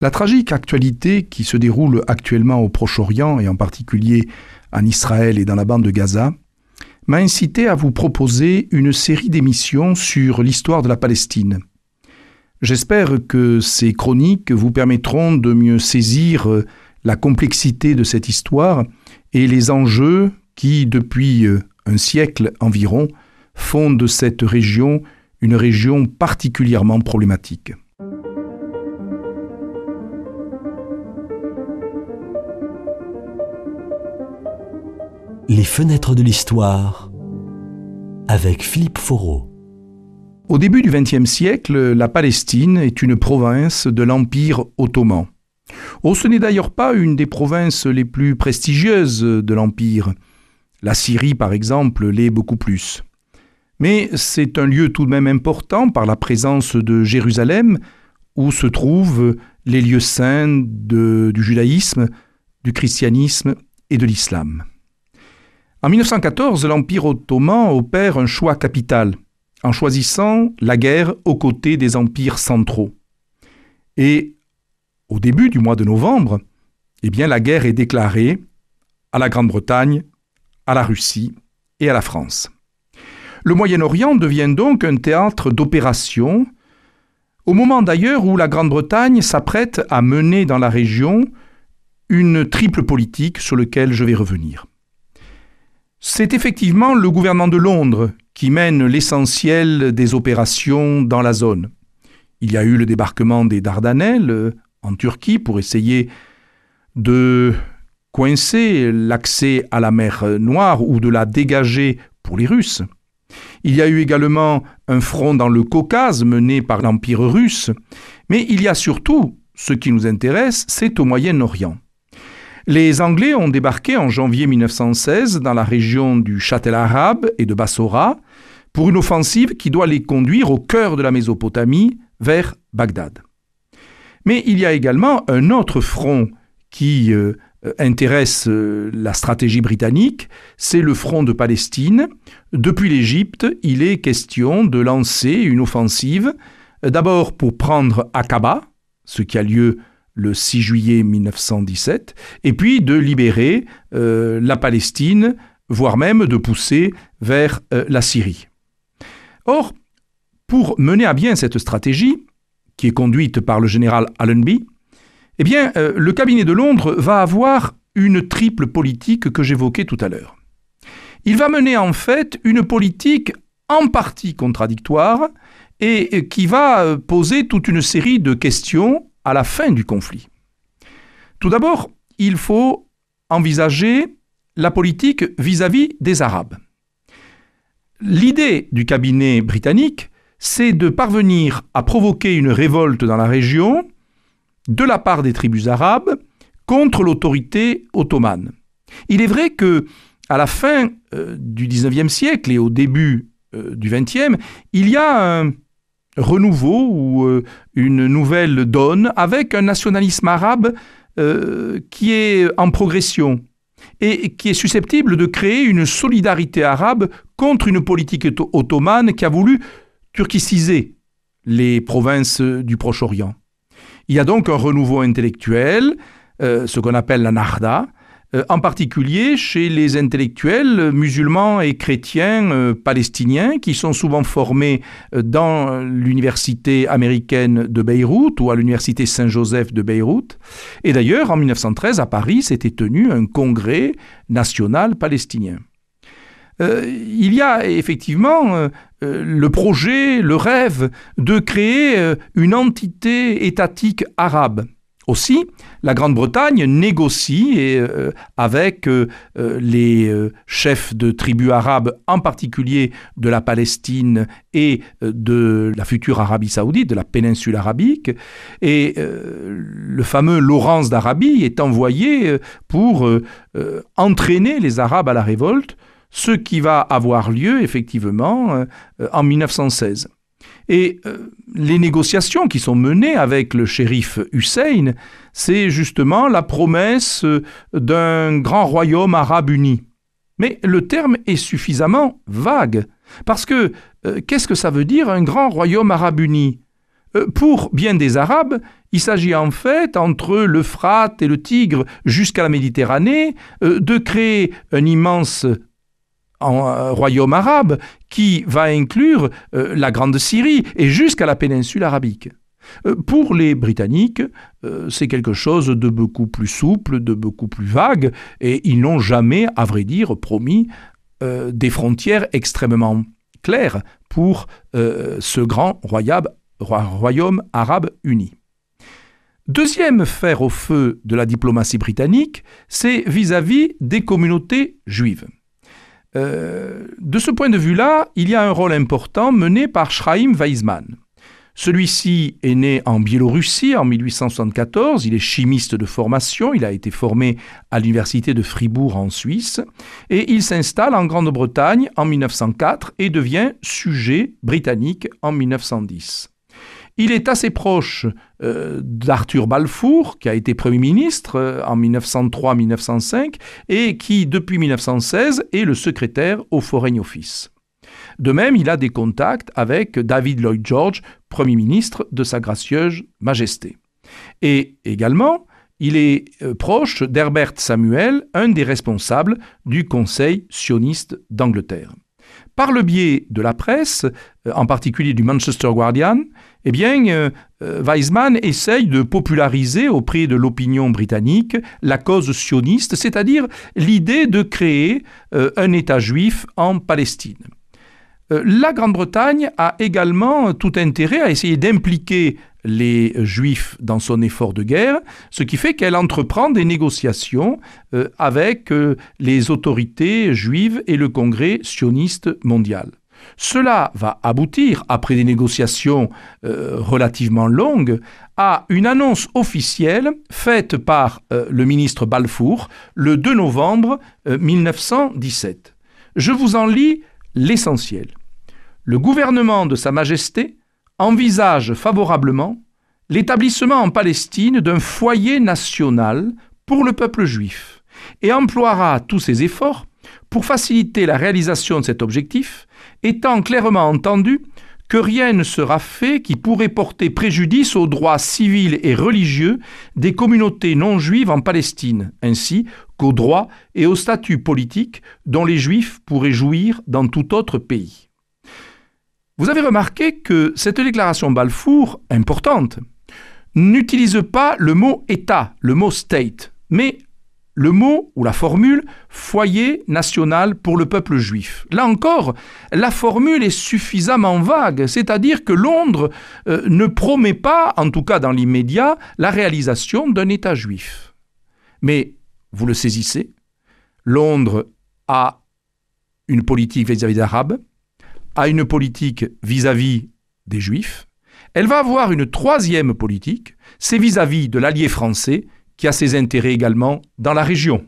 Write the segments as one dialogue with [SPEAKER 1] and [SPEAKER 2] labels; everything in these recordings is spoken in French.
[SPEAKER 1] La tragique actualité qui se déroule actuellement au Proche-Orient et en particulier en Israël et dans la bande de Gaza m'a incité à vous proposer une série d'émissions sur l'histoire de la Palestine. J'espère que ces chroniques vous permettront de mieux saisir la complexité de cette histoire et les enjeux qui, depuis un siècle environ, font de cette région une région particulièrement problématique.
[SPEAKER 2] Les fenêtres de l'histoire avec Philippe Foreau.
[SPEAKER 1] Au début du XXe siècle, la Palestine est une province de l'Empire ottoman. Ce n'est d'ailleurs pas une des provinces les plus prestigieuses de l'Empire. La Syrie, par exemple, l'est beaucoup plus. Mais c'est un lieu tout de même important par la présence de Jérusalem, où se trouvent les lieux saints du judaïsme, du christianisme et de l'islam. En 1914, l'Empire ottoman opère un choix capital, en choisissant la guerre aux côtés des empires centraux. Et au début du mois de novembre, la guerre est déclarée à la Grande-Bretagne, à la Russie et à la France. Le Moyen-Orient devient donc un théâtre d'opérations, au moment d'ailleurs où la Grande-Bretagne s'apprête à mener dans la région une triple politique sur laquelle je vais revenir. C'est effectivement le gouvernement de Londres qui mène l'essentiel des opérations dans la zone. Il y a eu le débarquement des Dardanelles en Turquie pour essayer de coincer l'accès à la mer Noire ou de la dégager pour les Russes. Il y a eu également un front dans le Caucase mené par l'Empire russe, mais il y a surtout, ce qui nous intéresse, c'est au Moyen-Orient. Les Anglais ont débarqué en janvier 1916 dans la région du Châtel arabe et de Bassora pour une offensive qui doit les conduire au cœur de la Mésopotamie, vers Bagdad. Mais il y a également un autre front qui intéresse la stratégie britannique, c'est le front de Palestine. Depuis l'Égypte, il est question de lancer une offensive, d'abord pour prendre Aqaba, ce qui a lieu le 6 juillet 1917, et puis de libérer la Palestine, voire même de pousser vers la Syrie. Or, pour mener à bien cette stratégie, qui est conduite par le général Allenby, le cabinet de Londres va avoir une triple politique que j'évoquais tout à l'heure. Il va mener en fait une politique en partie contradictoire et qui va poser toute une série de questions à la fin du conflit. Tout d'abord, il faut envisager la politique vis-à-vis des Arabes. L'idée du cabinet britannique, c'est de parvenir à provoquer une révolte dans la région de la part des tribus arabes contre l'autorité ottomane. Il est vrai que à la fin du XIXe siècle et au début du XXe, il y a un renouveau ou une nouvelle donne avec un nationalisme arabe qui est en progression et qui est susceptible de créer une solidarité arabe contre une politique ottomane qui a voulu turquiciser les provinces du Proche-Orient. Il y a donc un renouveau intellectuel, ce qu'on appelle la Nahda, en particulier chez les intellectuels musulmans et chrétiens palestiniens qui sont souvent formés dans l'université américaine de Beyrouth ou à l'université Saint-Joseph de Beyrouth. Et d'ailleurs, en 1913, à Paris, s'était tenu un congrès national palestinien. Il y a effectivement le projet, le rêve de créer une entité étatique arabe. Aussi, la Grande-Bretagne négocie avec les chefs de tribus arabes, en particulier de la Palestine et de la future Arabie saoudite, de la péninsule arabique. Et le fameux Laurens d'Arabie est envoyé pour entraîner les Arabes à la révolte, ce qui va avoir lieu effectivement en 1916. Et les négociations qui sont menées avec le shérif Hussein, c'est justement la promesse d'un grand royaume arabe uni. Mais le terme est suffisamment vague, parce que qu'est-ce que ça veut dire un grand royaume arabe uni ? Pour bien des Arabes, il s'agit en fait, entre l'Euphrate et le Tigre jusqu'à la Méditerranée, de créer un immense royaume arabe qui va inclure la Grande Syrie et jusqu'à la péninsule arabique. Pour les Britanniques, c'est quelque chose de beaucoup plus souple, de beaucoup plus vague, et ils n'ont jamais, à vrai dire, promis des frontières extrêmement claires pour ce grand royaume arabe uni. Deuxième fer au feu de la diplomatie britannique, c'est vis-à-vis des communautés juives. De ce point de vue-là, il y a un rôle important mené par Chaim Weizmann. Celui-ci est né en Biélorussie en 1874, il est chimiste de formation, il a été formé à l'université de Fribourg en Suisse, et il s'installe en Grande-Bretagne en 1904 et devient sujet britannique en 1910. Il est assez proche d'Arthur Balfour, qui a été Premier ministre en 1903-1905 et qui, depuis 1916, est le secrétaire au Foreign Office. De même, il a des contacts avec David Lloyd George, Premier ministre de Sa Gracieuse Majesté. Et également, il est proche d'Herbert Samuel, un des responsables du Conseil sioniste d'Angleterre. Par le biais de la presse, en particulier du Manchester Guardian, Weizmann essaye de populariser auprès de l'opinion britannique la cause sioniste, c'est-à-dire l'idée de créer un État juif en Palestine. La Grande-Bretagne a également tout intérêt à essayer d'impliquer les Juifs dans son effort de guerre, ce qui fait qu'elle entreprend des négociations avec les autorités juives et le Congrès sioniste mondial. Cela va aboutir, après des négociations relativement longues, à une annonce officielle faite par le ministre Balfour le 2 novembre 1917. Je vous en lis l'essentiel. Le gouvernement de Sa Majesté envisage favorablement l'établissement en Palestine d'un foyer national pour le peuple juif et emploiera tous ses efforts pour faciliter la réalisation de cet objectif, étant clairement entendu que rien ne sera fait qui pourrait porter préjudice aux droits civils et religieux des communautés non juives en Palestine, ainsi qu'aux droits et au statut politique dont les Juifs pourraient jouir dans tout autre pays. Vous avez remarqué que cette déclaration Balfour, importante, n'utilise pas le mot État, le mot state, mais le mot ou la formule « foyer national pour le peuple juif ». Là encore, la formule est suffisamment vague, c'est-à-dire que Londres ne promet pas, en tout cas dans l'immédiat, la réalisation d'un État juif. Mais, vous le saisissez, Londres a une politique vis-à-vis des Arabes, a une politique vis-à-vis des Juifs. Elle va avoir une troisième politique, c'est vis-à-vis de l'allié français qui a ses intérêts également dans la région.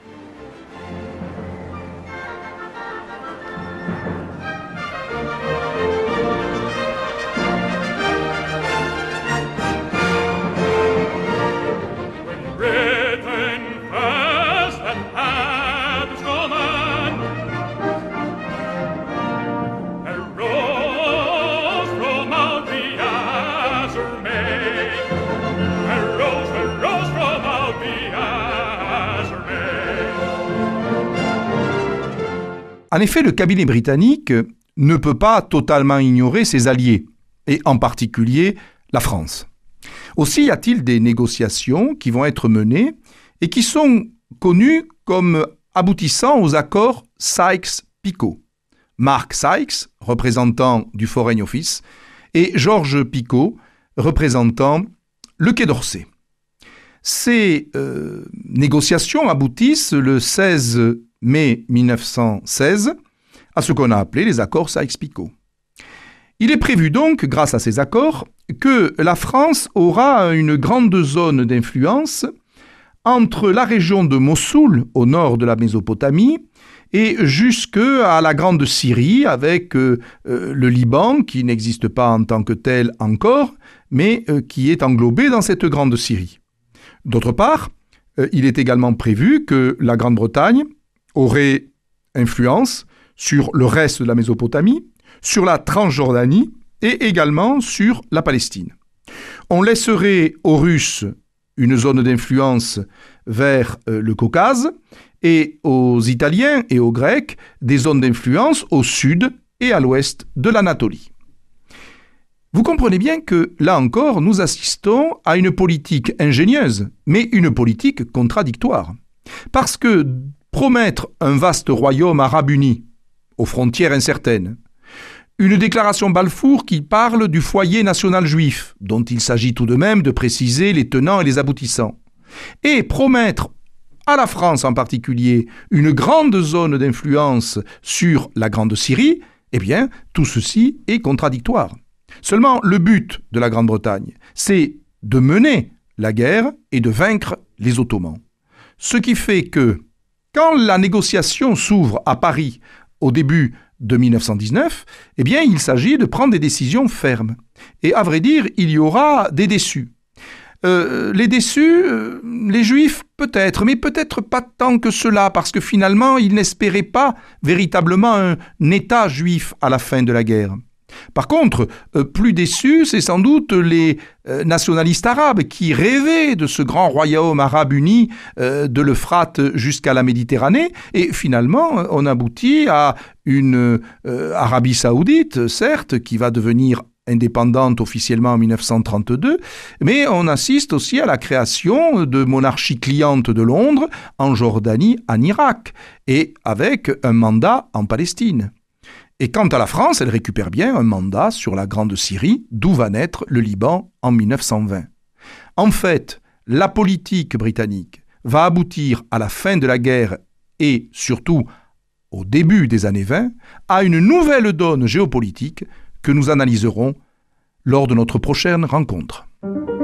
[SPEAKER 1] En effet, le cabinet britannique ne peut pas totalement ignorer ses alliés, et en particulier la France. Aussi y a-t-il des négociations qui vont être menées et qui sont connues comme aboutissant aux accords Sykes-Picot. Mark Sykes, représentant du Foreign Office, et George Picot, représentant le Quai d'Orsay. Ces négociations aboutissent le 16 mai 1916 à ce qu'on a appelé les accords Sykes-Picot. Il est prévu donc, grâce à ces accords, que la France aura une grande zone d'influence entre la région de Mossoul, au nord de la Mésopotamie, et jusqu'à la Grande Syrie, avec le Liban, qui n'existe pas en tant que tel encore, mais qui est englobé dans cette Grande Syrie. D'autre part, il est également prévu que la Grande-Bretagne aurait influence sur le reste de la Mésopotamie, sur la Transjordanie et également sur la Palestine. On laisserait aux Russes une zone d'influence vers le Caucase et aux Italiens et aux Grecs des zones d'influence au sud et à l'ouest de l'Anatolie. Vous comprenez bien que, là encore, nous assistons à une politique ingénieuse, mais une politique contradictoire. Parce que promettre un vaste royaume arabe uni, aux frontières incertaines, une déclaration Balfour qui parle du foyer national juif, dont il s'agit tout de même de préciser les tenants et les aboutissants, et promettre à la France en particulier une grande zone d'influence sur la Grande Syrie, eh bien, tout ceci est contradictoire. Seulement, le but de la Grande-Bretagne, c'est de mener la guerre et de vaincre les Ottomans. Ce qui fait que, quand la négociation s'ouvre à Paris au début de 1919, eh bien, il s'agit de prendre des décisions fermes. Et à vrai dire, il y aura des déçus. Les déçus, les Juifs peut-être, mais peut-être pas tant que cela, parce que finalement, ils n'espéraient pas véritablement un État juif à la fin de la guerre. Par contre, plus déçus, c'est sans doute les nationalistes arabes qui rêvaient de ce grand royaume arabe uni de l'Euphrate jusqu'à la Méditerranée. Et finalement, on aboutit à une Arabie saoudite, certes, qui va devenir indépendante officiellement en 1932, mais on assiste aussi à la création de monarchies clientes de Londres en Jordanie, en Irak, et avec un mandat en Palestine. Et quant à la France, elle récupère bien un mandat sur la Grande Syrie, d'où va naître le Liban en 1920. En fait, la politique britannique va aboutir à la fin de la guerre et surtout au début des années 20 à une nouvelle donne géopolitique que nous analyserons lors de notre prochaine rencontre.